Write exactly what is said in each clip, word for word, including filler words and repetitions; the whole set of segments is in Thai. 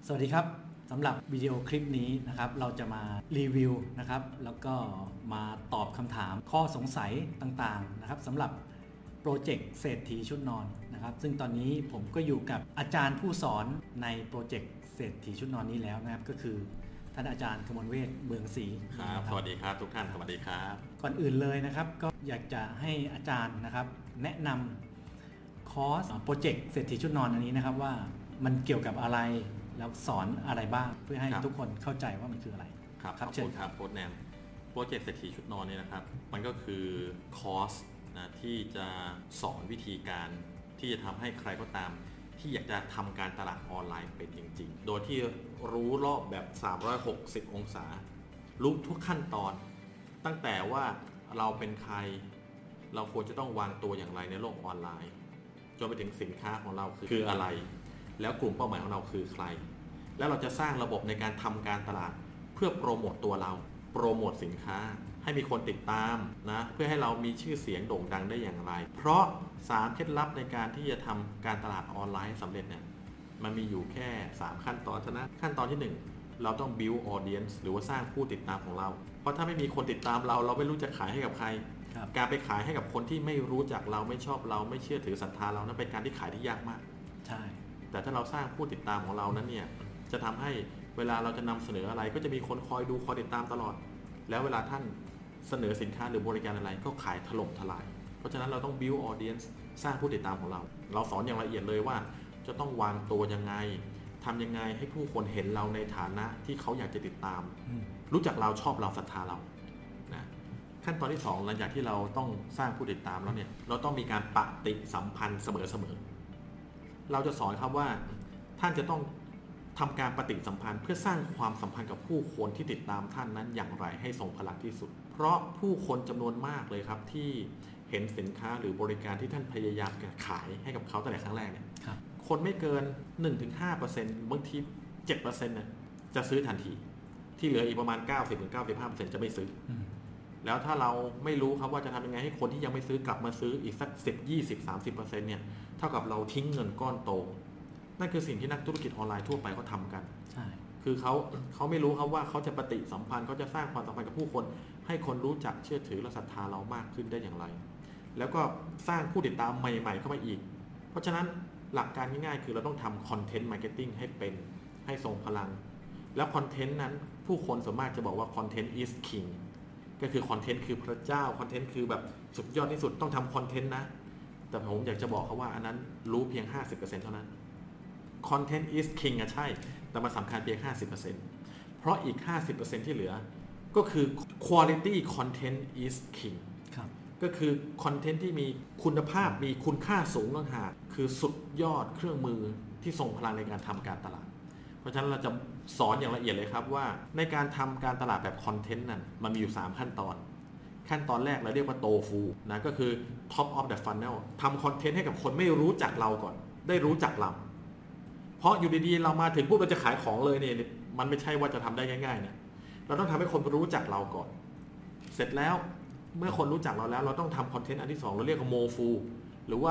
สวัสดีครับสำหรับวิดีโอคลิปนี้นะครับเราจะมารีวิวนะครับแล้วก็มาตอบคำถามข้อสงสัยต่างๆนะครับสำหรับโปรเจกต์เศรษฐีชุดนอนนะครับซึ่งตอนนี้ผมก็อยู่กับอาจารย์ผู้สอนในโปรเจกต์เศรษฐีชุดนอนนี้แล้วนะครับก็คือท่านอาจารย์กมลเวชเบืองศรีครับสวัสดีครับทุกท่านสวัสดีครับก่อนอื่นเลยนะครับก็อยากจะให้อาจารย์นะครับแนะนำคอร์สโปรเจกต์เศรษฐีชุดนอนอันนี้นะครับว่ามันเกี่ยวกับอะไรแล้วสอนอะไรบ้างเพื่อให้ทุกคนเข้าใจว่ามันคืออะไรครับขอบคุณครับโค้ชแนนโปรเจกต์เศรษฐีชุดนอนนี่นะครับมันก็คือคอร์สนะที่จะสอนวิธีการที่จะทำให้ใครก็ตามที่อยากจะทำการตลาดออนไลน์เป็นจริงๆโดยที่รู้รอบแบบสามร้อยหกสิบองศารู้ทุกขั้นตอนตั้งแต่ว่าเราเป็นใครเราควรจะต้องวางตัวอย่างไรในโลกออนไลน์จนไปถึงสินค้าของเราคืออะไรแล้วกลุ่มเป้าหมายของเราคือใครแล้วเราจะสร้างระบบในการทำการตลาดเพื่อโปรโมตตัวเราโปรโมตสินค้าให้มีคนติดตามนะเพื่อให้เรามีชื่อเสียงโด่งดังได้อย่างไรเพราะสามเคล็ดลับในการที่จะทำการตลาดออนไลน์ให้สำเร็จเนี่ยมันมีอยู่แค่สามขั้นตอนเท่านั้นขั้นตอนที่หนึ่งเราต้อง build audience หรือว่าสร้างผู้ติดตามของเราเพราะถ้าไม่มีคนติดตามเราเราไม่รู้จะขายให้กับใครการไปขายให้กับคนที่ไม่รู้จักเราไม่ชอบเราไม่เชื่อถือศรัทธาเรานั้นเป็นการที่ขายที่ยากมากใช่แต่ถ้าเราสร้างผู้ติดตามของเรานั้นเนี่ยจะทำให้เวลาเราจะนำเสนออะไรก็จะมีคนคอยดูคอยติดตามตลอดแล้วเวลาท่านเสนอสินค้าหรือบริการอะไรก็ขายถล่มทลายเพราะฉะนั้นเราต้อง build audience สร้างผู้ติดตามของเราเราสอนอย่างละเอียดเลยว่าจะต้องวางตัวยังไงทำยังไงให้ผู้คนเห็นเราในฐานะที่เขาอยากจะติดตามรู้จักเราชอบเราศรัทธาเรานะขั้นตอนที่สองหลังจากที่เราต้องสร้างผู้ติดตามแล้วเนี่ยเราต้องมีการปฏิสัมพันธ์เสมอๆเราจะสอนครับว่าท่านจะต้องทำการปฏิสัมพันธ์เพื่อสร้างความสัมพันธ์กับผู้คนที่ติดตามท่านนั้นอย่างไรให้ทรงพลังที่สุดเพราะผู้คนจำนวนมากเลยครับที่เห็นสินค้าหรือบริการที่ท่านพยายามจะขายให้กับเขาตั้งแต่ครั้งแรกเนี่ยคนไม่เกิน หนึ่งถึงห้าเปอร์เซ็นต์ บางที เจ็ดเปอร์เซ็นต์ เนี่ยจะซื้อทันทีที่เหลืออีกประมาณ เก้าสิบถึงเก้าสิบห้าเปอร์เซ็นต์ จะไม่ซื้อแล้วถ้าเราไม่รู้ครับว่าจะทำยังไงให้คนที่ยังไม่ซื้อกลับมาซื้ออีกสักสิบ ยี่สิบ สามสิบเปอร์เซ็นต์ เนี่ยเท่ากับเราทิ้งเงินก้อนโตนั่นคือสิ่งที่นักธุรกิจออนไลน์ทั่วไปเขาทำกันใช่คือเขาเขาไม่รู้ครับว่าเขาจะปฏิสัมพันธ์เขาจะสร้างความสัมพันธ์กับผู้คนให้คนรู้จักเชื่อถือและศรัทธาเรามากขึ้นได้อย่างไรแล้วก็สร้างผู้ติดตามใหม่ๆเข้ามาอีกเพราะฉะนั้นหลักการง่ายๆคือเราต้องทำคอนเทนต์มาร์เก็ตติ้งให้เป็นให้ทรงพลังแล้วคอนเทนต์นั้นผู้คนส่วนมากจะบอกว่าคอนเทนต์ is king ก็คือคอนเทนต์คือพระเจ้าคอนเทนต์คือแบบสุดยอดที่สุดต้องทำคอนเทนต์นะแต่ผมอยากจะบอกเขาว่าอันนั้นรู้เพียง ห้าสิบเปอร์เซ็นต์ เท่านั้นContent is king อะใช่แต่มันสำคัญเพียง ห้าสิบเปอร์เซ็นต์ เพราะอีก ห้าสิบเปอร์เซ็นต์ ที่เหลือก็คือ quality content is king ครับก็คือคอนเทนต์ที่มีคุณภาพมีคุณค่าสูงต่างหากคือสุดยอดเครื่องมือที่ทรงพลังในการทำการตลาดเพราะฉะนั้นเราจะสอนอย่างละเอียดเลยครับว่าในการทำการตลาดแบบคอนเทนต์นั้นมันมีอยู่สามขั้นตอนขั้นตอนแรกเราเรียกว่าโตฟูนะก็คือ top of the funnel ทำคอนเทนต์ให้กับคนไม่รู้จักเราก่อนได้รู้จักเราเพราะอยู่ดีๆเรามาถึงปุ๊บเราจะขายของเลยเนี่ยมันไม่ใช่ว่าจะทำได้ง่ายๆนะเราต้องทำให้คนรู้จักเราก่อนเสร็จแล้วเมื่อคนรู้จักเราแล้วเราต้องทำคอนเทนต์อันที่สองเราเรียกว่าโมฟูหรือว่า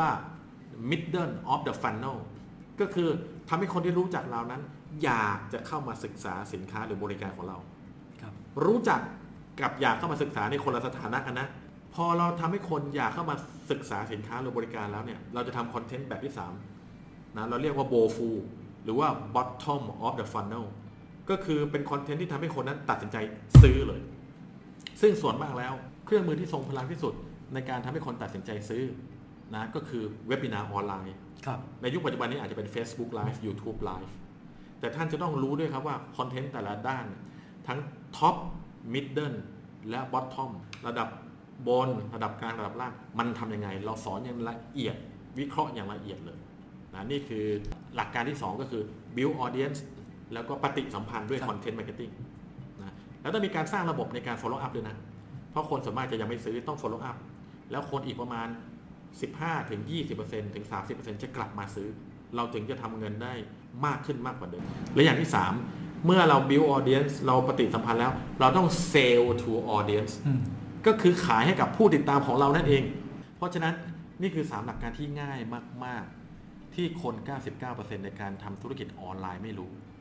middle of the funnel ก็คือทำให้คนที่รู้จักเรานั้นอยากจะเข้ามาศึกษาสินค้าหรือบริการของเราครับรู้จักกับอยากเข้ามาศึกษาในคนละสถานะกันนะพอเราทำให้คนอยากเข้ามาศึกษาสินค้าหรือบริการแล้วเนี่ยเราจะทำคอนเทนต์แบบที่สามนะเราเรียกว่า bofu หรือว่า bottom of the funnel ก็คือเป็นคอนเทนต์ที่ทำให้คนนั้นตัดสินใจซื้อเลยซึ่งส่วนมากแล้วเครื่องมือที่ทรงพลังที่สุดในการทำให้คนตัดสินใจซื้อนะก็คือเว็บบินาร์ออนไลน์ในยุคปัจจุบันนี้อาจจะเป็น Facebook Live YouTube Live แต่ท่านจะต้องรู้ด้วยครับว่าคอนเทนต์แต่ละด้านทั้ง Top Middle และ Bottom ระดับบนระดับกลางระดับล่างมันทำยังไงเราสอนอย่างละเอียดวิเคราะห์อย่างละเอียดเลยนะนี่คือหลักการที่สองก็คือ build audience แล้วก็ปฏิสัมพันธ์ด้วย content marketing นะแล้วต้องมีการสร้างระบบในการ follow up ด้วยนะเพราะคนส่วนมากจะยังไม่ซื้อต้อง follow up แล้วคนอีกประมาณ สิบห้าถึงยี่สิบเปอร์เซ็นต์ ถึง สามสิบเปอร์เซ็นต์ จะกลับมาซื้อเราถึงจะทำเงินได้มากขึ้นมากกว่าเดิมและอย่างที่สามเมื่อเรา build audience เราปฏิสัมพันธ์แล้วเราต้อง sell to audience ก็คือขายให้กับผู้ติดตามของเรานั่นเองเพราะฉะนั้นนี่คือสามหลักการที่ง่ายมากๆที่คน เก้าสิบเก้าเปอร์เซ็นต์ ในการทำธุรกิจออนไลน์ไม่รู้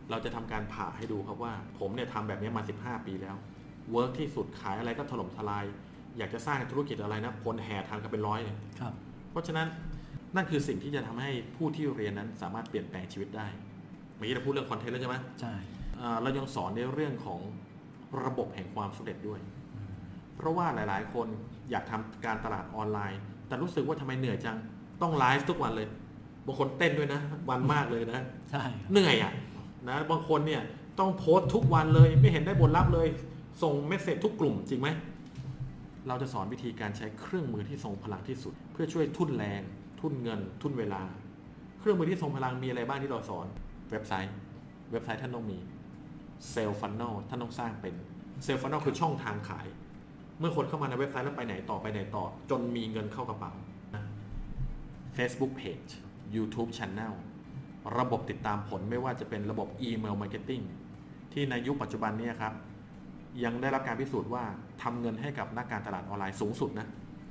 เราจะทำการผ่าให้ดูครับว่าผมเนี่ยทำแบบนี้มาสิบห้าปีแล้วเวิร์กที่สุดขายอะไรก็ถล่มทลายอยากจะสร้างธุรกิจอะไรนะคนแห่ทางกันเป็นร้อยเลยครับเพราะฉะนั้นนั่นคือสิ่งที่จะทำให้ผู้ที่เรียนนั้นสามารถเปลี่ยนแปลงชีวิตได้เมื่อกี้เราพูดเรื่องคอนเทนต์แล้วใช่ไหมใช่เรายังสอนในเรื่องของระบบแห่งความสำเร็จด้วยเพราะว่าหลายๆคนอยากทำการตลาดออนไลน์แต่รู้สึกว่าทำไมเหนื่อยจังต้องไลฟ์ทุกวันเลยบางคนเต้นด้วยนะวันมากเลยนะใช่เหนื่อยอ่ะนะบางคนเนี่ยต้องโพสต์ทุกวันเลยไม่เห็นได้ผลลัพธ์เลยส่งเมสเสจทุกกลุ่มจริงไหมเราจะสอนวิธีการใช้เครื่องมือที่ทรงพลังที่สุดเพื่อช่วยทุ่นแรงทุ่นเงินทุ่นเวลาเครื่องมือที่ทรงพลังมีอะไรบ้างที่เราสอนเว็บไซต์เว็บไซต์ท่านต้องมีเซลล์ฟันนอลท่านต้องสร้างเป็นเซลล์ฟันนอลคือช่องทางขายเมื่อคนเข้ามาในเว็บไซต์แล้วไปไหนต่อไปไหนต่อจนมีเงินเข้ากระเป๋า Facebook Page YouTube Channel ระบบติดตามผลไม่ว่าจะเป็นระบบอีเมลมาร์เก็ตติ้งที่ในยุคปัจจุบันนี้ครับยังได้รับการพิสูจน์ว่าทำเงินให้กับนักการตลาดออนไลน์สูงสุดนะ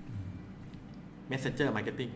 Messenger Marketing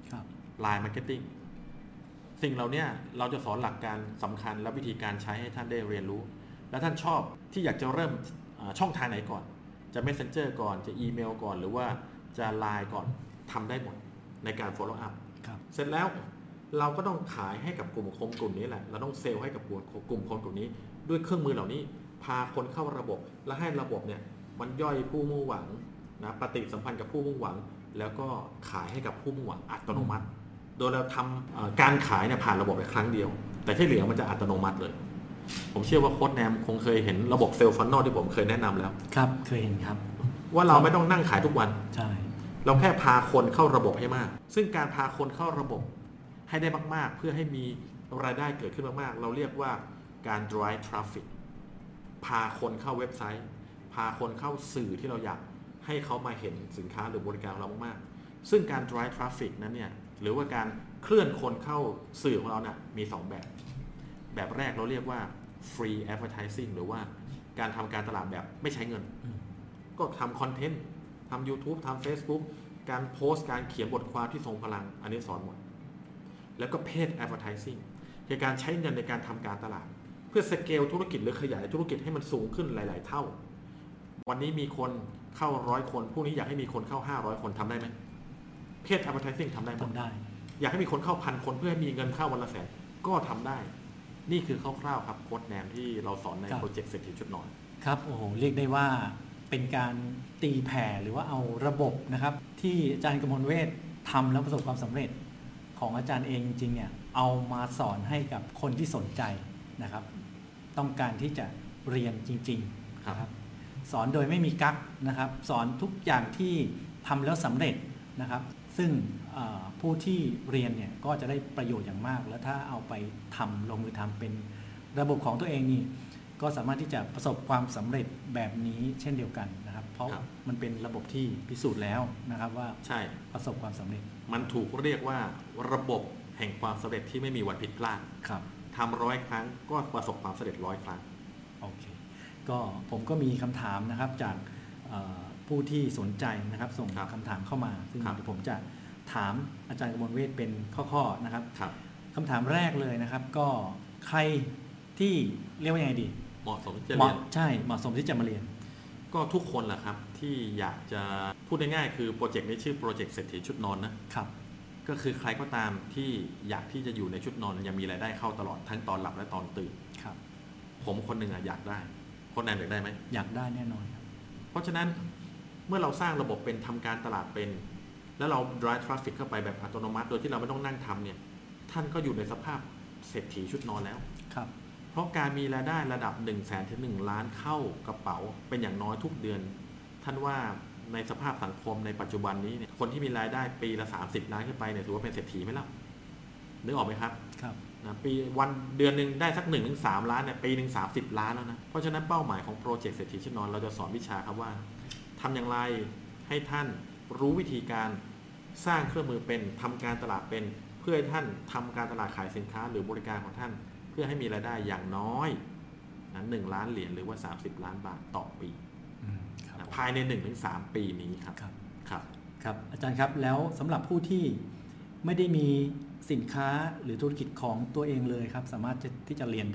Line Marketing สิ่งเหล่านี้เราจะสอนหลักการสำคัญและวิธีการใช้ให้ท่านได้เรียนรู้และท่านชอบที่อยากจะเริ่มช่องทางไหนก่อนจะ Messenger ก่อนจะอีเมลก่อนหรือว่าจะ ไลน์ ก่อนทำได้หมดในการ follow up เสร็จแล้วเราก็ต้องขายให้กับกลุ่มคนกลุ่มนี้แหละเราต้องเซลล์ให้กับกลุ่มคนกลุ่มนี้ด้วยเครื่องมือเหล่านี้พาคนเข้าระบบและให้ระบบเนี่ยมันย่อยผู้มุ่งหวังนะปฏิสัมพันธ์กับผู้มุ่งหวังแล้วก็ขายให้กับผู้มุ่งหวังอัตโนมัติโดยเราทำการขายเนี่ยผ่านระบบไปครั้งเดียวแต่ที่เหลือมันจะอัตโนมัติเลยผมเชื่อว่าโค้ชแนมคงเคยเห็นระบบเซลล์ฟันนอลที่ผมเคยแนะนำแล้วครับเคยเห็นครับว่าเราไม่ต้องนั่งขายทุกวันใช่เราแค่พาคนเข้าระบบให้มากซึ่งการพาคนเข้าระบบให้ได้มากๆเพื่อให้มีรายได้เกิดขึ้นมากๆเราเรียกว่าการ drive traffic พาคนเข้าเว็บไซต์พาคนเข้าสื่อที่เราอยากให้เขามาเห็นสินค้าหรือบริการของเรามากๆซึ่งการ drive traffic นั้นเนี่ยหรือว่าการเคลื่อนคนเข้าสื่อของเราเนี่ยมีสองแบบแบบแรกเราเรียกว่า free advertising หรือว่าการทำการตลาดแบบไม่ใช้เงินก็ทำคอนเทนต์ทำ YouTube ทำ Facebook การโพสต์การเขียนบทความที่ทรงพลังอันนี้สอนหมดแล้วก็ paid advertising คือการใช้เงินในการทำการตลาดเพื่อสเกลธุรกิจหรือขยายธุรกิจให้มันสูงขึ้นหลายๆเท่าวันนี้มีคนเข้าร้อยคนพรุ่งนี้อยากให้มีคนเข้าห้าร้อยคนทำได้ไหม paid advertising ทำได้หมดได้อยากให้มีคนเข้าพันคนเพื่อให้มีเงินเข้าวันละแสนก็ทำได้นี่คือคร่าวๆครับโค้ชแนมที่เราสอนในโปรเจกต์เศรษฐีชุดนอนครับโอ้โหเรียกได้ว่าเป็นการตีแผ่หรือว่าเอาระบบนะครับที่อาจารย์กมลเวชทำแล้วประสบความสำเร็จของอาจารย์เองจริงๆเนี่ยเอามาสอนให้กับคนที่สนใจนะครับต้องการที่จะเรียนจริงๆครับสอนโดยไม่มีกั๊กนะครับสอนทุกอย่างที่ทำแล้วสำเร็จนะครับซึ่งผู้ที่เรียนเนี่ยก็จะได้ประโยชน์อย่างมากแล้วถ้าเอาไปทำลงมือทำเป็นระบบของตัวเองนี่ก็สามารถที่จะประสบความสำเร็จแบบนี้เช่นเดียวกันนะครับเพราะมันเป็นระบบที่พิสูจน์แล้วนะครับว่าใช่ประสบความสำเร็จมันถูกเรียกว่าระบบแห่งความสำเร็จที่ไม่มีวันผิดพลาดครับทำร้อยครั้งก็ประสบความสำเร็จร้อยครั้งโอเคก็ผมก็มีคำถามนะครับจากผู้ที่สนใจนะครับส่งคำถามเข้ามาซึ่งเดี๋ยวผมจะถามอาจารย์กมลเวชเป็นข้อๆนะครับคำถามแรกเลยนะครับก็ใครที่เรียกว่ายังไงดีเหมาะสมที่จะเรียนใช่เหมาะสมที่จะมาเรียนก็ทุกคนแหละครับที่อยากจะพูดง่ายๆคือโปรเจกต์นี้ชื่อโปรเจกต์เศรษฐีชุดนอนนะครับก็คือใครก็ตามที่อยากที่จะอยู่ในชุดนอนยังมีรายได้เข้าตลอดทั้งตอนหลับและตอนตื่นครับผมคนหนึ่งอยากได้คนแนนอยากได้ไหมอยากได้แน่นอนครับเพราะฉะนั้นเมื่อเราสร้างระบบเป็นทำการตลาดเป็นแล้วเรา drive traffic เข้าไปแบบอัตโนมัติโดยที่เราไม่ต้องนั่งทำเนี่ยท่านก็อยู่ในสภาพเศรษฐีชุดนอนแล้วครับเพราะการมีรายได้ระดับหนึ่งแสนถึงหนึ่งล้านเข้ากระเป๋าเป็นอย่างน้อยทุกเดือนท่านว่าในสภาพสังคมในปัจจุบันนี้เนี่ยคนที่มีรายได้ปีละสามสิบล้านขึ้นไปเนี่ยถือว่าเป็นเศรษฐีไหมล่ะนึกออกไหมครับครับนะปีวันเดือนหนึ่งได้สักหนึ่งถึงสามล้านเนี่ยปีหนึ่งสามสิบล้านแล้วนะเพราะฉะนั้นเป้าหมายของโปรเจกต์เศรษฐีชุดนอนเราจะสอนวิชาครับว่าทำอย่างไรให้ท่านรู้วิธีการสร้างเครื่องมือเป็นทำการตลาดเป็นเพื่อให้ท่านทำการตลาดขายสินค้าหรือบริการของท่านเพื่อให้มีรายได้อย่างน้อยนะหนึ่งล้านเหรียญหรือว่าสามสิบล้านบาทต่อปีนะภายใน หนึ่งถึงสาม ปีนี้ครับครับครับครับอาจารย์ครับแล้วสำหรับผู้ที่ไม่ได้มีสินค้าหรือธุรกิจของตัวเองเลยครับสามารถที่จะเรียนได้ไหมผ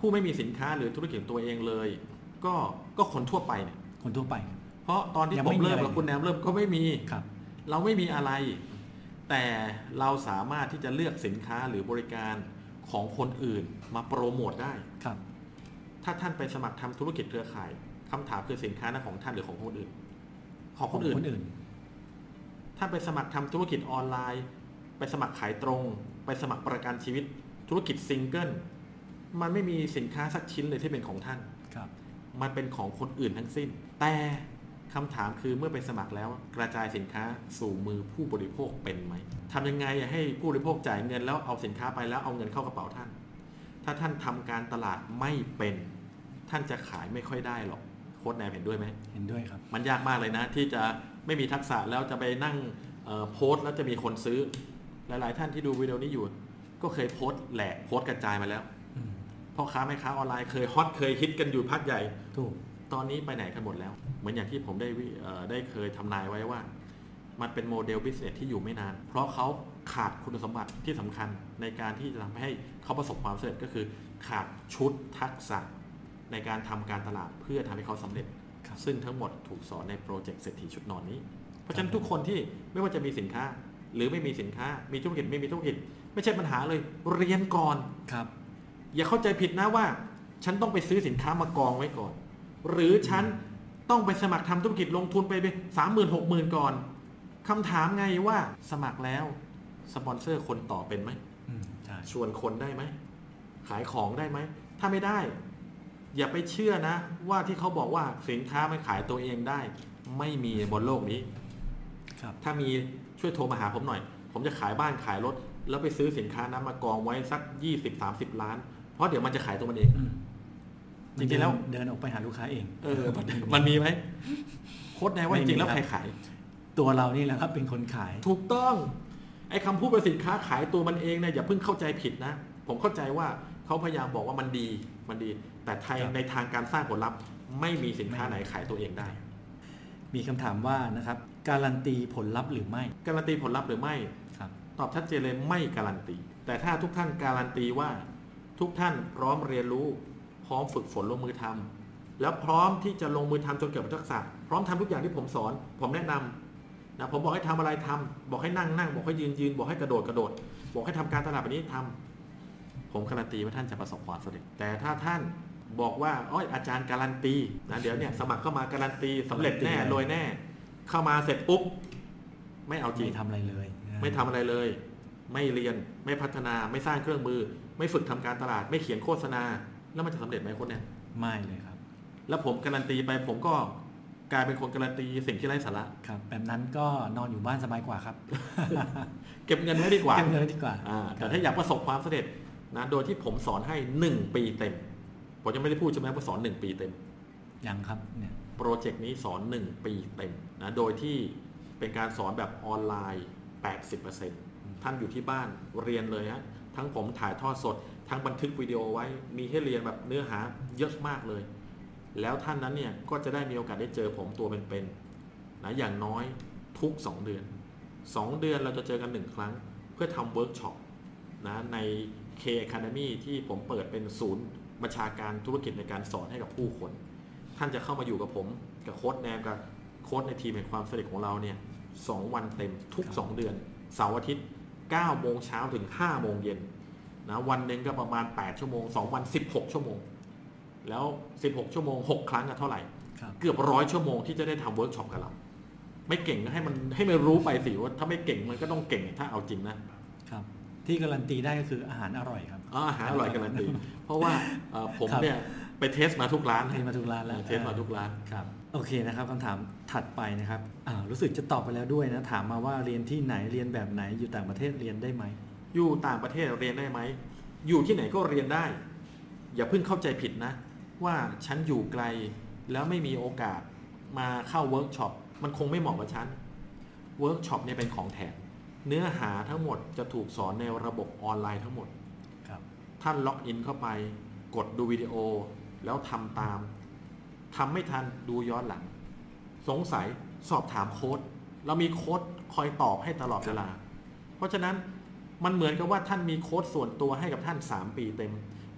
ผู้ไม่มีสินค้าหรือธุรกิจตัวเองเลยก็ก็คนทั่วไปเนี่ยคนทั่วไปเพราะตอนที่ผมเริ่มกับคุณแนมเริ่มก็ไม่มีเราไม่มีอะไรแต่เราสามารถที่จะเลือกสินค้าหรือบริการของคนอื่นมาโปรโมทได้ครับถ้าท่านไปสมัครทำธุรกิจเครือข่ายคำถามคือสินค้านั้นของท่านหรือของคนอื่นของคนอื่นท่านไปสมัครทำธุรกิจออนไลน์ไปสมัครขายตรงไปสมัครประกันชีวิตธุรกิจซิงเกิลมันไม่มีสินค้าสักชิ้นเลยที่เป็นของท่านครับมันเป็นของคนอื่นทั้งสิ้นแต่คำถามคือเมื่อไปสมัครแล้วกระจายสินค้าสู่มือผู้บริโภคเป็นไหมทำยังไงให้ผู้บริโภคจ่ายเงินแล้วเอาสินค้าไปแล้วเอาเงินเข้ากระเป๋าท่านถ้าท่านทำการตลาดไม่เป็นท่านจะขายไม่ค่อยได้หรอกโค้ชแนมเห็นด้วยไหมเห็นด้วยครับมันยากมากเลยนะที่จะไม่มีทักษะแล้วจะไปนั่งโพสต์แล้วจะมีคนซื้อหลายๆท่านที่ดูวิดีโอนี้อยู่ก็เคยโพสต์แหลกโพสต์กระจายมาแล้วพ่อค้าแม่ค้าออนไลน์เคยฮอตเคยฮิตกันอยู่พักใหญ่ถูกตอนนี้ไปไหนกันหมดแล้วเหมือนอย่างที่ผมได้ได้เคยทำนายไว้ว่ามันเป็นโมเดลบิสเนสที่อยู่ไม่นานเพราะเขาขาดคุณสมบัติที่สำคัญในการที่จะทำให้เขาประสบความสำเร็จก็คือขาดชุดทักษะในการทำการตลาดเพื่อทำให้เขาสำเร็จซึ่งทั้งหมดถูกสอนในโปรเจกต์เศรษฐีชุดนอนนี้เพราะฉะนั้นทุกคนที่ไม่ว่าจะมีสินค้าหรือไม่มีสินค้ามีธุรกิจไม่มีธุรกิจไม่ใช่ปัญหาเลยเรียนก่อนครับอย่าเข้าใจผิดนะว่าฉันต้องไปซื้อสินค้ามากองไว้ก่อนหรือฉันต้องไปสมัครทำธุรกิจลงทุนไปไปสามหมื่นหกหมื่นก่อนคำถามไงว่าสมัครแล้วสปอนเซอร์คนต่อเป็นไหมชวนคนได้ไหมขายของได้ไหมถ้าไม่ได้อย่าไปเชื่อนะว่าที่เขาบอกว่าสินค้ามันขายตัวเองได้ไม่มีบนโลกนี้ถ้ามีช่วยโทรมาหาผมหน่อยผมจะขายบ้านขายรถแล้วไปซื้อสินค้านั้นมากองไว้สัก ยี่สิบถึงสามสิบ ล้านเพราะเดี๋ยวมันจะขายตัวมันเองจริงๆแล้วเดินออกไปหาลูกค้าเองเออมันมีไหมโค้ชแนวว่าจริงๆแล้วใครขายตัวเรานี่แหละครับเป็นคนขายถูกต้องไอ้คำพูดว่าสินค้าขายตัวมันเองเนี่ยอย่าเพิ่งเข้าใจผิดนะผมเข้าใจว่าเขาพยายามบอกว่ามันดีมันดีแต่ไทยในทางการสร้างผลลัพธ์ไม่มีสินค้าไหนขายตัวเองได้มีคำถามว่านะครับการันตีผลลัพธ์หรือไม่การันตีผลลัพธ์หรือไม่ตอบชัดเจนเลยไม่การันตีแต่ถ้าทุกท่านการันตีว่าทุกท่านพร้อมเรียนรู้พร้อมฝึกฝนลงมือทำแล้วพร้อมที่จะลงมือทำจนเกิดทักษะพร้อมทำทุกอย่างที่ผมสอนผมแนะนำนะผมบอกให้ทำอะไรทำบอกให้นั่งนั่งบอกให้ยืนยืนบอกให้กระโดดกระโดดบอกให้ทำการตลาดแบบนี้ทำผมการันตีว่าท่านจะประสบความสำเร็จแต่ถ้าท่านบอกว่าอ้อยอาจารย์การันตีนะเดี๋ยวเนี่ยสมัครเข้ามาการันตีสำเร็จแน่รวยแน่เข้ามาเสร็จปุ๊บไม่เอาจริงไม่ทำอะไรเลยไม่ทำอะไรเลยไม่เรียนไม่พัฒนาไม่สร้างเครื่องมือไม่ฝึกทำการตลาดไม่เขียนโฆษณาแล้วมันจะสำเร็จไหมคนเนี่ยไม่เลยครับแล้วผมการันตีไปผมก็กลายเป็นคนการันตีสิ่งที่ไร้สาระครับแบบนั้นก็นอนอยู่บ้านสบายกว่าครับเก็บเงินไว้ดีกว่าเก็บเงินไว้ดีกว่าแต่ถ้าอยากประสบความสำเร็จนะโดยที่ผมสอนให้หนึ่งปีเต็มผมยังไม่ได้พูดใช่ไหมว่าสอนหนึ่งปีเต็มยังครับเนี่ยโปรเจกต์นี้สอนหนึ่งปีเต็มนะโดยที่เป็นการสอนแบบออนไลน์ แปดสิบเปอร์เซ็นต์ ท่านอยู่ที่บ้านเรียนเลยฮะทั้งผมถ่ายทอดสดทั้งบันทึกวิดีโอไว้มีให้เรียนแบบเนื้อหาเยอะมากเลยแล้วท่านนั้นเนี่ยก็จะได้มีโอกาสได้เจอผมตัวเป็นๆนะอย่างน้อยทุกสองเดือนสองเดือนเราจะเจอกันหนึ่งครั้งเพื่อทำเวิร์กช็อปนะใน K Academy ที่ผมเปิดเป็นศูนย์บัญชาการธุรกิจในการสอนให้กับผู้คนท่านจะเข้ามาอยู่กับผมกับโค้ชแนมกับโค้ชในทีมแห่งความสำเร็จของเราเนี่ยสองวันเต็มทุกสองเดือนเสาร์อาทิตย์เก้าโมงเช้าถึงห้าโมงเย็นนะวันหนึ่งก็ประมาณแปดชั่วโมงสองวันสิบหกชั่วโมงแล้วสิบหกชั่วโมงหกครั้งอะเท่าไหร่เกือบร้อยชั่วโมงที่จะได้ทำเวิร์กช็อปกับเราไม่เก่งก็ให้มันให้มันรู้ไปสิว่าถ้าไม่เก่งมันก็ต้องเก่งถ้าเอาจริงนะครับที่การันตีได้ก็คืออาหารอร่อยครับอาหารอร่อยการันตีเพราะว่าผมเนี่ยไปเทสมาทุกร้านเทสมาทุกร้านแล้วเทสมาทุกร้านครับโอเคนะครับคำถามถัดไปนะครับรู้สึกจะตอบไปแล้วด้วยนะถามมาว่าเรียนที่ไหนเรียนแบบไหนอยู่ต่างประเทศเรียนได้ไหมอยู่ต่างประเทศเรียนได้ไหมอยู่ที่ไหนก็เรียนได้อย่าเพิ่งเข้าใจผิดนะว่าฉันอยู่ไกลแล้วไม่มีโอกาสมาเข้าเวิร์กช็อปมันคงไม่เหมาะกับฉันเวิร์กช็อปเนี่ยเป็นของแถมเนื้อหาทั้งหมดจะถูกสอนในระบบออนไลน์ทั้งหมดครับท่านล็อกอินเข้าไปกดดูวิดีโอแล้วทำตามทำไม่ทันดูย้อนหลังสงสัยสอบถามโค้ชเรามีโค้ชคอยตอบให้ตลอดเวลาเพราะฉะนั้นมันเหมือนกับว่าท่านมีโค้ชส่วนตัวให้กับท่านสามปีเต็มพอ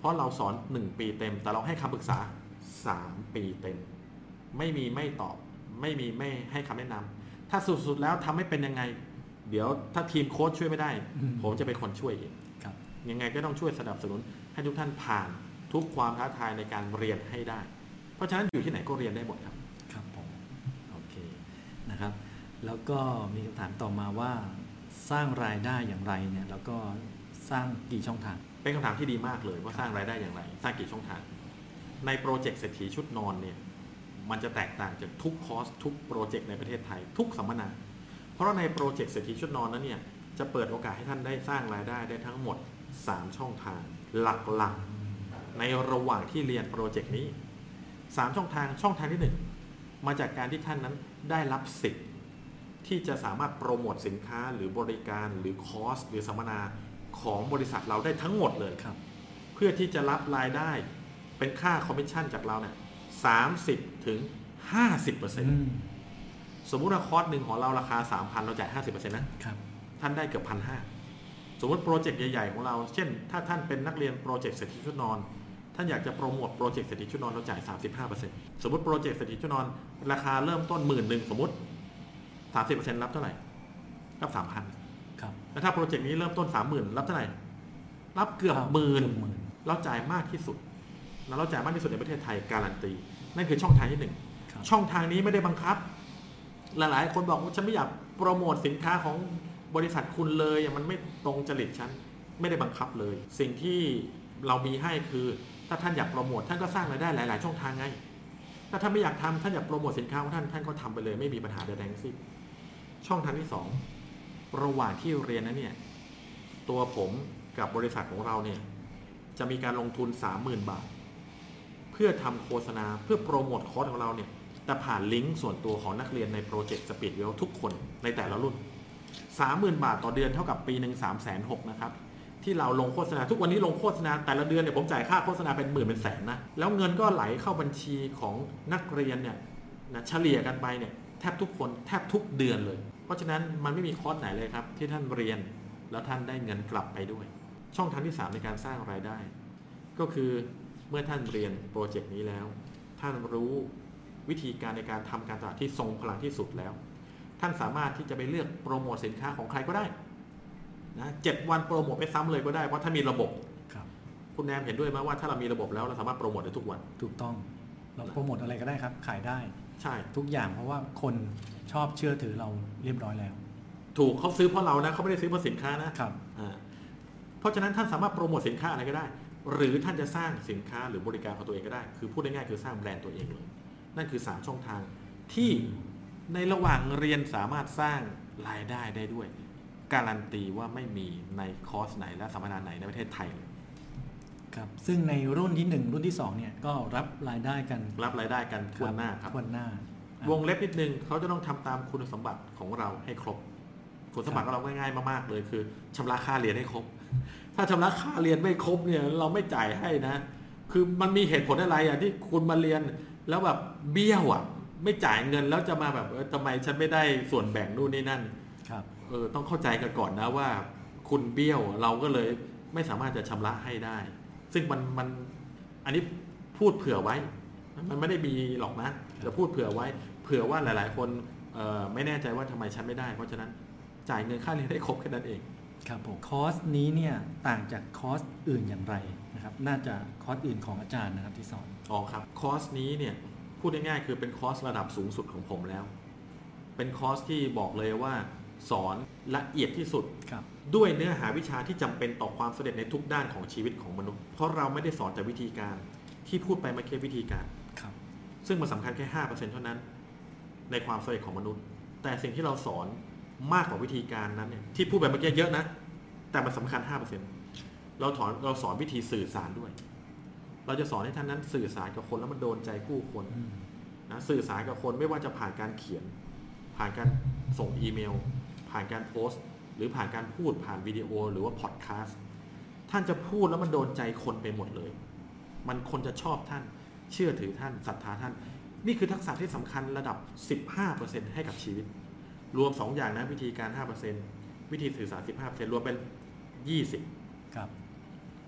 ราะเราสอนหนึ่งปีเต็มแต่เราให้คำปรึกษาสามปีเต็มไม่มีไม่ตอบไม่มีไม่ให้คำแนะนำถ้าสุดๆแล้วทำให้เป็นยังไงเดี๋ยวถ้าทีมโค้ชช่วยไม่ได้ผมจะเป็นคนช่วยเองยังไงก็ต้องช่วยสนับสนุนให้ทุกท่านผ่านทุกความท้าทายในการเรียนให้ได้เพราะฉะนั้นอยู่ที่ไหนก็เรียนได้หมดครับครับผมโอเคนะครับแล้วก็มีคำถามต่อมาว่าสร้างรายได้อย่างไรเนี่ยแล้วก็สร้างกี่ช่องทางเป็นคำถามที่ดีมากเลยว่าสร้างรายได้อย่างไรสร้างกี่ช่องทางในโปรเจกต์เศรษฐีชุดนอนเนี่ยมันจะแตกต่างจากทุกคอร์สทุกโปรเจกต์ในประเทศไทยทุกสัมมนาเพราะในโปรเจกต์เศรษฐีชุดนอนนั้นเนี่ยจะเปิดโอกาสให้ท่านได้สร้างรายได้ได้ทั้งหมดสามช่องทางหลักๆในระหว่างที่เรียนโปรเจกต์นี้สามช่องทางช่องทางที่หนึ่งมาจากการที่ท่านนั้นได้รับสิทธิ์ที่จะสามารถโปรโมทสินค้าหรือบริการหรือคอร์สหรือสัมมนาของบริษัทเราได้ทั้งหมดเลยครับเพื่อที่จะรับรายได้เป็นค่าคอมมิชชั่นจากเราเนี่ยสามสิบถึงห้าสิบเปอร์เซ็นต์สมมุติว่าคอร์สหนึ่งของเราราคา สามพัน เราจ่าย ห้าสิบเปอร์เซ็นต์ นะครับท่านได้เกือบ หนึ่งพันห้าร้อย สมมติโปรเจกต์ใหญ่ๆของเราเช่นถ้าท่านเป็นนักเรียนโปรเจกต์เศรษฐีชุดนอนท่านอยากจะโปรโมทโปรเจกต์เศรษฐีชุดนอนเราจ่าย สามสิบห้าเปอร์เซ็นต์ สมมติโปรเจกต์เศรษฐีชุดนอนราคาเริ่มต้น หมื่นหนึ่ง สมมติ สามสิบเปอร์เซ็นต์ รับเท่าไหร่รับ สามพันครับแล้วถ้าโปรเจกต์นี้เริ่มต้น สามหมื่น รับเท่าไหร่รับเกือบหมื่นเราจ่ายมากที่สุดแล้วเราจ่ายมากที่สุดในประเทศไทยการันตีนั่นคือช่องทางที่หนึ่งช่องทางนี้ไม่ได้บังคับหลายๆคนบอกว่าฉันไม่อยากโปรโมทสินค้าของบริษัทคุณเลยมันไม่ตรงจริตฉันไม่ได้บังคับเลยสิ่งที่เรามีให้คือถ้าท่านอยากโปรโมทท่านก็สร้างรายได้หลายๆช่องทางไงถ้าท่านไม่อยากทำท่านอยากโปรโมทสินค้าของท่านท่านก็ทำไปเลยไม่มีปัญหาใดๆทั้งสิ้นช่องทางที่สองระหว่างที่เรียนนั้นเนี่ยตัวผมกับบริษัทของเราเนี่ยจะมีการลงทุน สามหมื่น บาทเพื่อทำโฆษณาเพื่อโปรโมทคอร์สของเราเนี่ยแต่ผ่านลิงก์ส่วนตัวของนักเรียนในโปรเจกต์ Speedwell ทุกคนในแต่ละรุ่น สามหมื่น บาทต่อเดือนเท่ากับปีหนึ่ง สามแสนหกหมื่น นะครับที่เราลงโฆษณาทุกวันนี้ลงโฆษณาแต่ละเดือนเนี่ยผมจ่ายค่าโฆษณาเป็นหมื่นเป็นแสนนะแล้วเงินก็ไหลเข้าบัญชีของนักเรียนเนี่ยนะเฉลี่ยกันไปเนี่ยแทบทุกคนแทบทุกเดือนเลยเพราะฉะนั้นมันไม่มีคอร์สไหนเลยครับที่ท่านเรียนแล้วท่านได้เงินกลับไปด้วยช่องทางที่สามในการสร้างรายได้ก็คือเมื่อท่านเรียนโปรเจกต์นี้แล้วท่านรู้วิธีการในการทำการตลาดที่ทรงพลังที่สุดแล้วท่านสามารถที่จะไปเลือกโปรโมทสินค้าของใครก็ได้นะเจ็ดวันโปรโมทไปซ้ำเลยก็ได้เพราะถ้ามีระบบครับคุณแนมเห็นด้วยไหมว่าถ้าเรามีระบบแล้วเราสามารถโปรโมทได้ทุกวันถูกต้องเราโปรโมทอะไรก็ได้ครับขายได้ใช่ทุกอย่างเพราะว่าคนชอบเชื่อถือเราเรียบร้อยแล้วถูกเขาซื้อเพราะเรานะเขาไม่ได้ซื้อเพราะสินค้านะครับอ่าเพราะฉะนั้นท่านสามารถโปรโมทสินค้าอะไรก็ได้หรือท่านจะสร้างสินค้าหรือบริการของตัวเองก็ได้คือพูดง่ายๆคือสร้างแบรนด์ตัวเองเลยนั่นคือสามช่องทางที่ในระหว่างเรียนสามารถสร้างรายได้ได้ด้วยการันตีว่าไม่มีในคอร์สไหนและสัมมนาไหนในประเทศไทยเลยครับซึ่งในรุ่นที่หนึ่งรุ่นที่สองเนี่ยก็รับรายได้กันรับรายได้กันทั่วหน้าครับทั่วหน้าวงเล็บนิดนึงเขาจะต้องทำตามคุณสมบัติของเราให้ครบคุณสมบัติของเราง่ายๆมากๆเลยคือชำระค่าเรียนให้ครบถ้าชำระค่าเรียนไม่ครบเนี่ยเราไม่จ่ายให้นะคือมันมีเหตุผลอะไรอ่ะที่คุณมาเรียนแล้วแบบเบี้ยวอ่ะไม่จ่ายเงินแล้วจะมาแบบเออทำไมฉันไม่ได้ส่วนแบ่งนู่นนี่นั่นครับเออต้องเข้าใจกันก่อนนะว่าคุณเบี้ยวเราก็เลยไม่สามารถจะชำระให้ได้ซึ่งมันมันอันนี้พูดเผื่อไว้มันไม่ได้มีหรอกนะจะพูดเผื่อไว้เผื่อว่าหลายๆคนเอ่อไม่แน่ใจว่าทำไมฉันไม่ได้เพราะฉะนั้นจ่ายเงินค่าเรียนให้ครบแค่นั้นเองครับผมคอร์สนี้เนี่ยต่างจากคอร์สอื่นอย่างไรนะครับน่าจะคอร์สอื่นของอาจารย์นะครับที่สอนอ๋อครับคอร์สนี้เนี่ยพูดง่ายๆคือเป็นคอร์สระดับสูงสุดของผมแล้วเป็นคอร์สที่บอกเลยว่าสอนละเอียดที่สุดด้วยเนื้อหาวิชาที่จำเป็นต่อความสำเร็จในทุกด้านของชีวิตของมนุษย์เพราะเราไม่ได้สอนแต่วิธีการที่พูดไปเมื่อกี้วิธีการซึ่งมันสำคัญแค่ ห้าเปอร์เซ็นต์ เท่านั้นในความสำเร็จของมนุษย์แต่สิ่งที่เราสอนมากกว่าวิธีการนั้นเนี่ยที่พูดไปเมื่อกี้เยอะนะแต่มันสำคัญ ห้าเปอร์เซ็นต์ เราสอนเราสอนวิธีสื่อสารด้วยเราจะสอนให้ท่านนั้นสื่อสารกับคนแล้วมันโดนใจผู้คนนะสื่อสารกับคนไม่ว่าจะผ่านการเขียนผ่านการส่งอีเมลผ่านการโพสต์หรือผ่านการพูดผ่านวิดีโอหรือว่าพอดแคสต์ท่านจะพูดแล้วมันโดนใจคนไปหมดเลยมันคนจะชอบท่านเชื่อถือท่านศรัทธาท่านนี่คือทักษะที่สำคัญระดับ สิบห้าเปอร์เซ็นต์ ให้กับชีวิตรวมสองอย่างนะวิธีการ ห้าเปอร์เซ็นต์ วิธีสื่อสาร สิบห้าเปอร์เซ็นต์ รวมเป็นยี่สิบครับ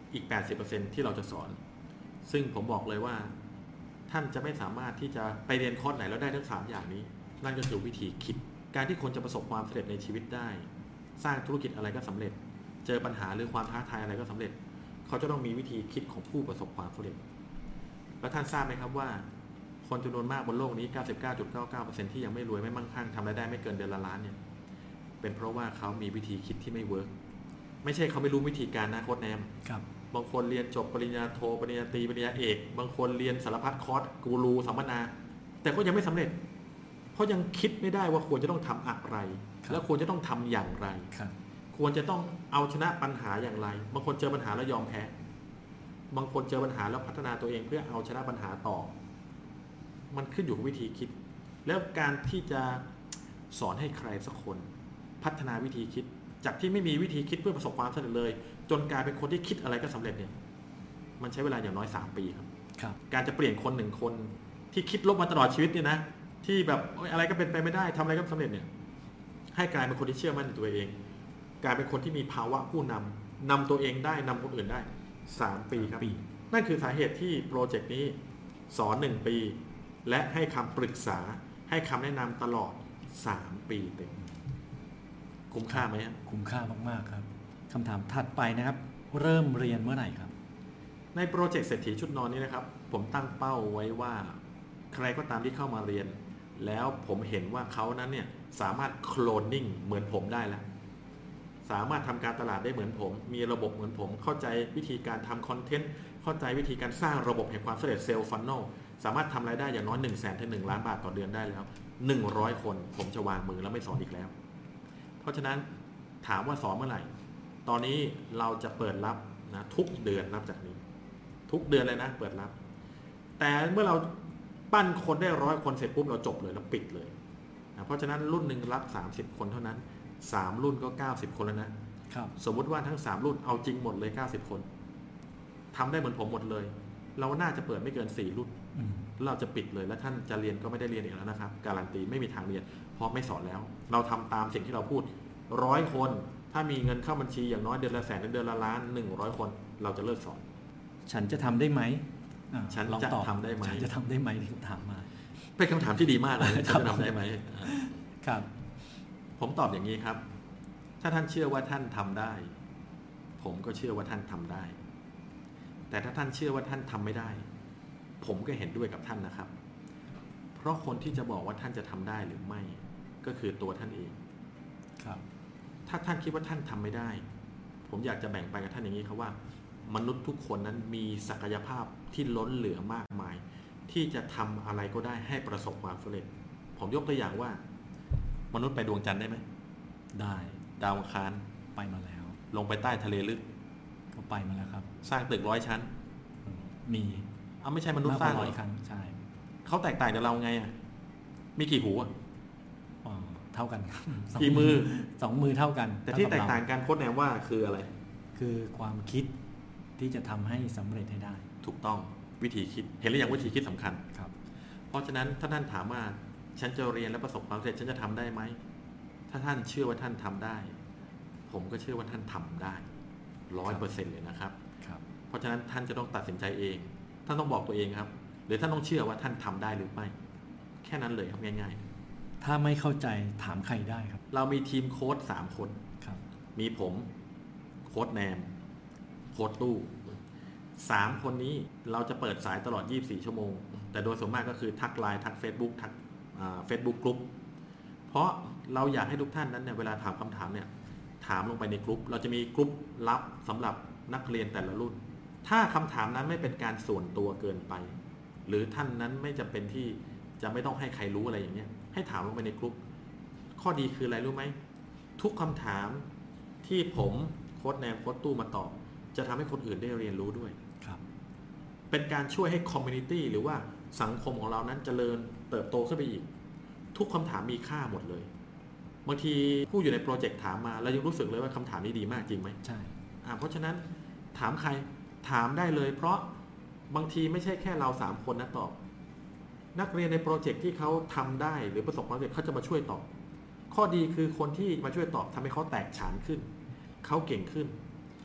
อีก แปดสิบเปอร์เซ็นต์ ที่เราจะสอนซึ่งผมบอกเลยว่าท่านจะไม่สามารถที่จะไปเรียนคอร์สไหนแล้วได้ทั้งสามอย่างนี้นั่นก็คือวิธีคิดการที่คนจะประสบความสำเร็จในชีวิตได้สร้างธุรกิจอะไรก็สำเร็จเจอปัญหาหรือความท้าทายอะไรก็สำเร็จเขาจะต้องมีวิธีคิดของผู้ประสบความสำเร็จแล้วท่านทราบไหมครับว่าคนจำนวนมากบนโลกนี้ เก้าสิบเก้าจุดเก้าเก้าเปอร์เซ็นต์ ที่ยังไม่รวยไม่มั่งคั่งทำรายได้ไม่เกินเดือนละล้านเนี่ยเป็นเพราะว่าเขามีวิธีคิดที่ไม่เวิร์กไม่ใช่เขาไม่รู้วิธีการนะโค้ชแนมครับบางคนเรียนจบปริญญาโทปริญญาตรีปริญญาเอกบางคนเรียนสารพัดคอร์สกูรูสัมมนาแต่ก็ยังไม่สำเร็จเพราะยังคิดไม่ได้ว่าควรจะต้องทำอะไรแล้วควรจะต้องทำอย่างไรควรจะต้องเอาชนะปัญหาอย่างไรบางคนเจอปัญหาแล้วยอมแพ้บางคนเจอปัญหาแล้วพัฒนาตัวเองเพื่อเอาชนะปัญหาต่อมันขึ้นอยู่กับวิธีคิดแล้วการที่จะสอนให้ใครสักคนพัฒนาวิธีคิดจากที่ไม่มีวิธีคิดเพื่อประสบความสำเร็จเลยจนกลายเป็นคนที่คิดอะไรก็สำเร็จเนี่ยมันใช้เวลาอย่างน้อยสามปีครับครับการจะเปลี่ยนคนหนึ่งคนที่คิดลบมาตลอดชีวิตเนี่ยนะที่แบบอะไรก็เป็นไปไม่ได้ทำอะไรก็สำเร็จเนี่ยให้กลายเป็นคนที่เชื่อมั่นในตัวเองกลายเป็นคนที่มีภาวะผู้นำนำตัวเองได้นำคนอื่นได้สามปีครับนั่นคือสาเหตุที่โปรเจกต์นี้สอนหนึ่งปีและให้คำปรึกษาให้คำแนะนำตลอดสามปีเต็มคุ้มค่าไหมครับคุ้มค่ามากๆครับคำถามถัดไปนะครับเริ่มเรียนเมื่อไหร่ครับในโปรเจกต์เศรษฐีชุดนอนนี้นะครับผมตั้งเป้าไว้ว่าใครก็ตามที่เข้ามาเรียนแล้วผมเห็นว่าเขานั้นเนี่ยสามารถโคลนนิ่งเหมือนผมได้แล้วสามารถทำการตลาดได้เหมือนผมมีระบบเหมือนผมเข้าใจวิธีการทำคอนเทนต์เข้าใจวิธีการสร้างระบบแห่งความสำเร็จเซลล์ฟันนอลสามารถทำรายได้อย่างน้อย หนึ่งแสน ถึง หนึ่ง ล้านบาทต่อเดือนได้แล้วหนึ่งร้อยคนผมจะวางมือแล้วไม่สอนอีกแล้วเพราะฉะนั้นถามว่าสอนเมื่อไหร่ตอนนี้เราจะเปิดรับนะทุกเดือนนับจากนี้ทุกเดือนเลยนะเปิดรับแต่เมื่อเราปั้นคนได้ร้อยคนเสร็จปุ๊บเราจบเลยเราปิดเลยนะเพราะฉะนั้นรุ่นหนึ่งรับสามสิบคนเท่านั้นสามรุ่นก็เก้าสิบคนแล้วนะครับสมมุติว่าทั้งสามรุ่นเอาจริงหมดเลยเก้าสิบคนทำได้เหมือนผมหมดเลยเราน่าจะเปิดไม่เกินสี่รุ่นเราจะปิดเลยและท่านจะเรียนก็ไม่ได้เรียนอีกแล้วนะครับการันตีไม่มีทางเรียนเพราะไม่สอนแล้วเราทำตามสิ่งที่เราพูดร้อยคนถ้ามีเงินเข้าบัญชีอย่างน้อยเดือนละแสนเดือนละล้านหนึ่งร้อยคนเราจะเลิกสอนฉันจะทำได้ไหมฉันจะทำได้ไหมฉันจะทำได้ไหมที่ถามมาเป็นคำถามที่ดีมากเลยจะทำได้ไหมครับผมตอบอย่างนี้ครับถ้าท่านเชื่อว่าท่านทำได้ผมก็เชื่อว่าท่านทำได้แต่ถ้าท่านเชื่อว่าท่านทำไม่ได้ผมก็เห็นด้วยกับท่านนะครับเพราะคนที่จะบอกว่าท่านจะทำได้หรือไม่ก็คือตัวท่านเองครับถ้าท่านคิดว่าท่านทำไม่ได้ผมอยากจะแบ่งปันกับท่านอย่างนี้ครับว่ามนุษย์ทุกคนนั้นมีศักยภาพที่ล้นเหลือมากมายที่จะทำอะไรก็ได้ให้ประสบความสำเร็จผมยกตัวอย่างว่ามนุษย์ไปดวงจันทร์ได้ไหมได้ดาวอังคารไปมาแล้วลงไปใต้ทะเลลึกก็ไปมาแล้วครับสร้างตึกร้อยชั้นมีเอาไม่ใช่มนุษย์สร้างร้อยครั้งใช่เขาแตกต่างจากเราไงอ่ะมีกี่หูอ่ะเท่ากันกี่มือสองมือเท่ากันแต่ที่แตกต่างกันโค้ชแนมว่าคืออะไรคือความคิดที่จะทำให้สำเร็จให้ได้ถูกต้องวิธีคิดเห็นหรือยังวิธีคิดสำคัญครับเพราะฉะนั้นถ้าท่านถามว่าฉันจะเรียนและประสบความสำเร็จฉันจะทำได้ไหมถ้าท่านเชื่อว่าท่านทำได้ผมก็เชื่อว่าท่านทำได้ร้อยเปอร์เซ็นต์เลยนะครับเพราะฉะนั้นท่านจะต้องตัดสินใจเองท่านต้องบอกตัวเองครับหรือท่านต้องเชื่อว่าท่านทำได้หรือไม่แค่นั้นเลยครับง่ายๆถ้าไม่เข้าใจถามใครได้ครับเรามีทีมโค้ชสามคนครับมีผมโค้ชแนมโค้ชตู้สามคนนี้เราจะเปิดสายตลอดยี่สิบสี่ชั่วโมงแต่โดยส่วนมากก็คือทักไลน์ทัก Facebook ทักเฟซบุ๊กกลุ่มเพราะเราอยากให้ทุกท่านนั้นเนี่ยเวลาถามคำถามเนี่ยถามลงไปในกลุ่มเราจะมีกลุ่มลับสำหรับนักเรียนแต่ละรุ่นถ้าคำถามนั้นไม่เป็นการส่วนตัวเกินไปหรือท่านนั้นไม่จำเป็นที่จะไม่ต้องให้ใครรู้อะไรอย่างเงี้ยให้ถามลงไปในกลุ่มข้อดีคืออะไรรู้ไหมทุกคำถามที่ผมโค้ชแนมโค้ชตู้มาตอบจะทำให้คนอื่นได้เรียนรู้ด้วยครับเป็นการช่วยให้คอมมูนิตี้หรือว่าสังคมของเรานั้นเจริญเติบโตขึ้นไปอีกทุกคำถามมีค่าหมดเลยบางทีผู้อยู่ในโปรเจกต์ถามมาเรายังรู้สึกเลยว่าคำถามนี้ดีมากจริงไหมใช่เพราะฉะนั้นถามใครถามได้เลยเพราะบางทีไม่ใช่แค่เราสามคนนะตอบนักเรียนในโปรเจกต์ที่เขาทำได้หรือประสบความสำเร็จเขาจะมาช่วยตอบข้อดีคือคนที่มาช่วยตอบทำให้เขาแตกฉานขึ้นเขาเก่งขึ้น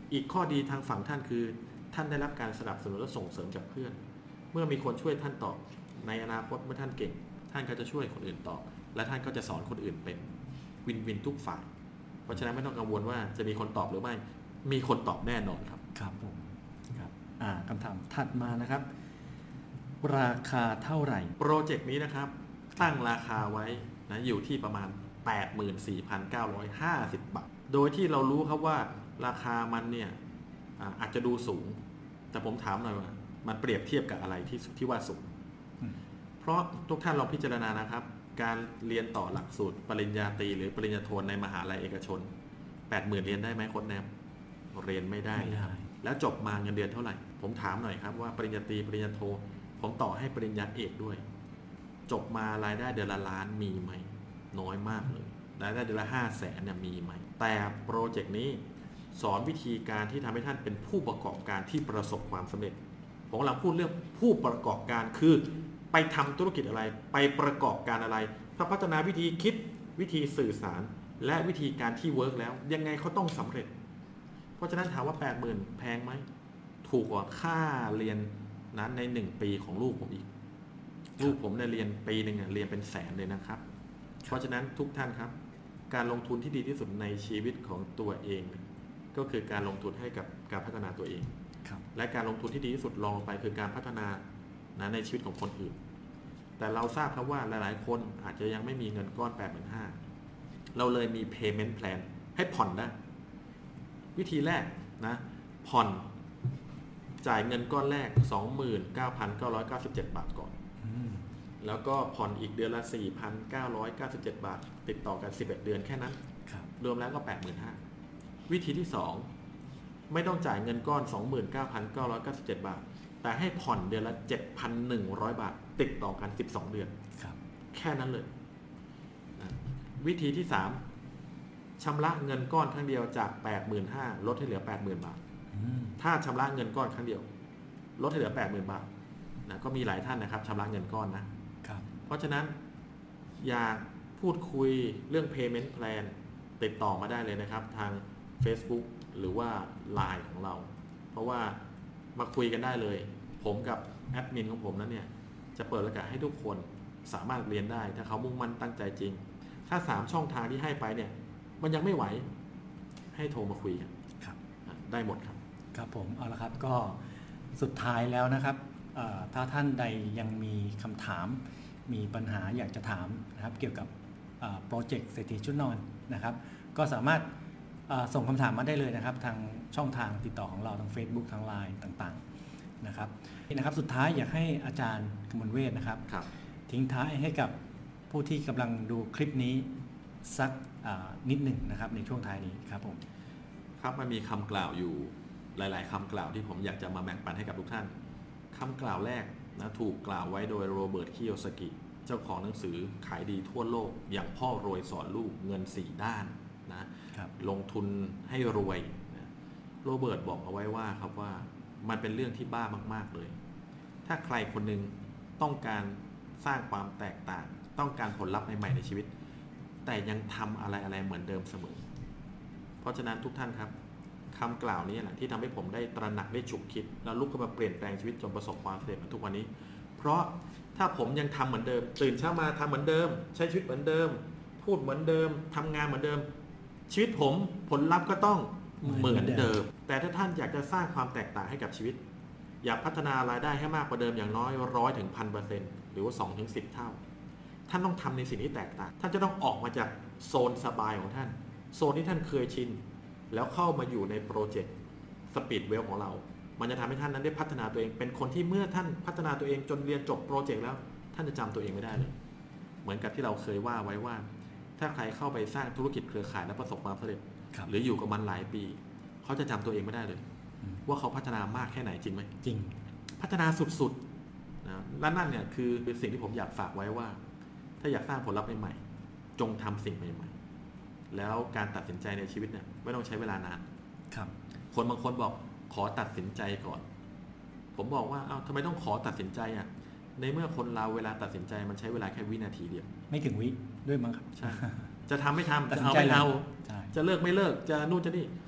อีกข้อดีทางฝั่งท่านคือท่านได้รับการสนับสนุนและส่งเสริมจากเพื่อนเมื่อมีคนช่วยท่านตอบในอนาคตเมื่อท่านเก่งท่านก็จะช่วยคนอื่นตอบและท่านก็จะสอนคนอื่นเป็นวินวินทุกฝ่ายเพราะฉะนั้นไม่ต้องกังวลว่าจะมีคนตอบหรือไม่มีคนตอบแน่นอนครับครับผมครับอ่าคำถามถัดมานะครับราคาเท่าไหร่โปรเจกต์นี้นะครับตั้งราคาไว้นะอยู่ที่ประมาณ แปดหมื่นสี่พันเก้าร้อยห้าสิบ บาทโดยที่เรารู้ครับว่าราคามันเนี่ยอาจจะดูสูงแต่ผมถามหน่อยว่ามันเปรียบเทียบกับอะไรที่ที่ว่าสูงเพราะทุกท่านลองพิจารณานะครับการเรียนต่อหลักสูตรปริญญาตรีหรือปริญญาโทในมหาลัยเอกชน แปดหมื่น เรียนได้ไหมโค้ชแนมเรียนไม่ได้นะครับแล้วจบมาเงินเดือนเท่าไหร่ผมถามหน่อยครับว่าปริญญาตรีปริญญาโทผมต่อให้ปริญญาเอกด้วยจบมารายได้เดือนละล้านมีไหมน้อยมากเลยรายได้เดือนละห้าแสนเนี่ยมีไหมแต่โปรเจกต์นี้สอนวิธีการที่ทำให้ท่านเป็นผู้ประกอบการที่ประสบความสำเร็จผมกำลังพูดเรื่องผู้ประกอบการคือไปทำธุรกิจอะไรไปประกอบการอะไรถ้าพัฒนาวิธีคิดวิธีสื่อสารและวิธีการที่เวิร์กแล้วยังไงเขาต้องสำเร็จเพราะฉะนั้นถามว่า แปดหมื่น แพงไหมถูกกว่าค่าเรียนนั้นในหนึ่งปีของลูกผมอีกลูกผมเนี่ยเรียนปีหนึ่งเรียนเป็นแสนเลยนะครับเพราะฉะนั้นทุกท่านครับการลงทุนที่ดีที่สุดในชีวิตของตัวเองก็คือการลงทุนให้กับการพัฒนาตัวเองและการลงทุนที่ดีที่สุดรองลงไปคือการพัฒนานะในชีวิตของคนอื่นแต่เราทราบครับว่าหลายๆคนอาจจะยังไม่มีเงินก้อน แปดหมื่นห้าพัน เราเลยมี payment plan ให้ผ่อนได้วิธีแรกนะผ่อนจ่ายเงินก้อนแรก สองหมื่นเก้าพันเก้าร้อยเก้าสิบเจ็ด บาทก่อนแล้วก็ผ่อนอีกเดือนละ สี่พันเก้าร้อยเก้าสิบเจ็ด บาทติดต่อกันสิบเอ็ดเดือนแค่นั้นรวมแล้วก็ แปดหมื่นห้าพัน วิธีที่สองไม่ต้องจ่ายเงินก้อน สองหมื่นเก้าพันเก้าร้อยเก้าสิบเจ็ด บาทแต่ให้ผ่อนเดือนละ เจ็ดพันหนึ่งร้อย บาทติดต่อกันสิบสองเดือนแค่นั้นเลยนะวิธีที่สามชำระเงินก้อนครั้งเดียวจาก แปดหมื่นห้าพัน ลดให้เหลือ แปดหมื่น บาทถ้าชำระเงินก้อนครั้งเดียวลดให้เหลือ แปดหมื่น บาทนะก็มีหลายท่านนะครับชำระเงินก้อนนะเพราะฉะนั้นอยากพูดคุยเรื่อง payment plan ติดต่อมาได้เลยนะครับทาง Facebook หรือว่า ไลน์ ของเราเพราะว่ามาคุยกันได้เลยผมกับแอดมินของผมนั้นเนี่ยจะเปิดโอกาสให้ทุกคนสามารถเรียนได้ถ้าเขามุ่งมั่นตั้งใจจริงถ้าสามช่องทางที่ให้ไปเนี่ยมันยังไม่ไหวให้โทรมาคุยกันครับได้หมดครับครับผมเอาละครับก็สุดท้ายแล้วนะครับถ้าท่านใดยังมีคำถามมีปัญหาอยากจะถามนะครับเกี่ยวกับโปรเจกต์เศรษฐีชุดนอนนะครับก็สามารถส่งคำถามมาได้เลยนะครับทางช่องทางติดต่อของเราทาง Facebook ทาง ไลน์ ต่างๆนะครับนะครับสุดท้ายอยากให้อาจารย์กมลเวชนะครับทิ้งท้ายให้กับผู้ที่กำลังดูคลิปนี้สักนิดหนึ่งนะครับในช่วงท้ายนี้ครับผมครับมันมีคำกล่าวอยู่หลายๆคำกล่าวที่ผมอยากจะมาแบ่งปันให้กับทุกท่านคำกล่าวแรกนะถูกกล่าวไว้โดยโรเบิร์ต คิโยซากิเจ้าของหนังสือขายดีทั่วโลกอย่างพ่อรวยสอนลูกเงินสี่ด้านนะลงทุนให้รวยนะโรเบิร์ตบอกเอาไว้ว่าครับว่ามันเป็นเรื่องที่บ้ามากๆเลยถ้าใครคนหนึ่งต้องการสร้างความแตกต่างต้องการผลลัพธ์ใหม่ๆในชีวิตแต่ยังทำอะไรอะไรเหมือนเดิมเสมอเพราะฉะนั้นทุกท่านครับคำกล่าวนี้แหละที่ทำให้ผมได้ตระหนักได้ฉุกคิดแล้วลุกขึ้นมาเปลี่ยนแปลงชีวิตจนประสบความสำเร็จมาทุกวันนี้เพราะถ้าผมยังทำเหมือนเดิมตื่นเช้ามาทำเหมือนเดิมใช้ชีวิตเหมือนเดิมพูดเหมือนเดิมทำงานเหมือนเดิมชีวิตผมผลลัพธ์ก็ต้องเหมือนเดิมแต่ถ้าท่านอยากจะสร้างความแตกต่างให้กับชีวิตอยากพัฒนารายได้ให้มากกว่าเดิมอย่างน้อยร้อยถึงพันเปอร์เซ็นต์หรือว่าสองถึงสิบเท่าท่านต้องทำในสิ่งที่แตกต่างท่านจะต้องออกมาจากโซนสบายของท่านโซนที่ท่านเคยชินแล้วเข้ามาอยู่ในโปรเจกต์สปีดเวลของเรามันจะทำให้ท่านนั้นได้พัฒนาตัวเองเป็นคนที่เมื่อท่านพัฒนาตัวเองจนเรียนจบโปรเจกต์แล้วท่านจะจำตัวเองไม่ได้เลยเหมือนกับที่เราเคยว่าไว้ว่าถ้าใครเข้าไปสร้างธุรกิจเครือข่ายและประสบความสำเร็จหรืออยู่กับมันหลายปีเขาจะจำตัวเองไม่ได้เลยว่าเขาพัฒนามากแค่ไหนจริงไหมจริงพัฒนาสุดๆนะและนั่นเนี่ยคือสิ่งที่ผมอยากฝากไว้ว่าถ้าอยากสร้างผลลัพธ์ใหม่ๆจงทำสิ่งใหม่ๆแล้วการตัดสินใจในชีวิตเนี่ยไม่ต้องใช้เวลานานครับคนบางคนบอกขอตัดสินใจก่อนผมบอกว่าเอ้าทำไมต้องขอตัดสินใจอ่ะในเมื่อคนเราเวลาตัดสินใจมันใช้เวลาแค่วินาทีเดียวไม่ถึงวิด้วยมั้งครับใช่จะทำไม่ทำจะเอาไม่เอาจะเลิกไม่เลิกจะนู่นจะนี่แ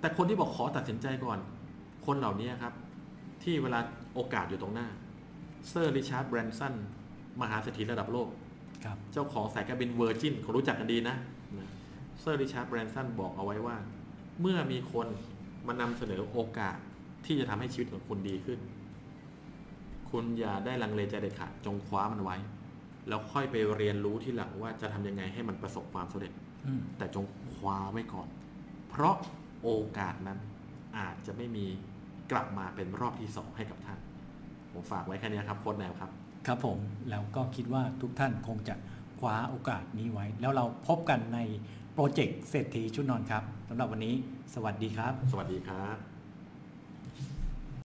แต่คนที่บอกขอตัดสินใจก่อนคนเหล่านี้ครับที่เวลาโอกาสอยู่ตรงหน้าเซอร์ริชาร์ดแบรนสันมหาเศรษฐีระดับโลกเจ้าของสายการบินเวอร์จินคนรู้จักกันดีนะเซอร์ริชาร์ดแบรนสันบอกเอาไว้ว่าเมื่อมีคนมานำเสนอโอกาสที่จะทำให้ชีวิตของคุณดีขึ้นคุณอย่าได้ลังเลใจเด็ดขาดจงคว้ามันไว้แล้วค่อยไปเรียนรู้ที่หลังว่าจะทำยังไงให้มันประสบความสำเร็จแต่จงคว้าไว้ก่อนเพราะโอกาสนั้นอาจจะไม่มีกลับมาเป็นรอบที่สองให้กับท่านผมฝากไว้แค่นี้ครับโค้ชแนวครับครับผมแล้วก็คิดว่าทุกท่านคงจะคว้าโอกาสนี้ไว้แล้วเราพบกันในโปรเจกต์เศรษฐีชุดนอนครับสำหรับวันนี้สวัสดีครับสวัสดีครับ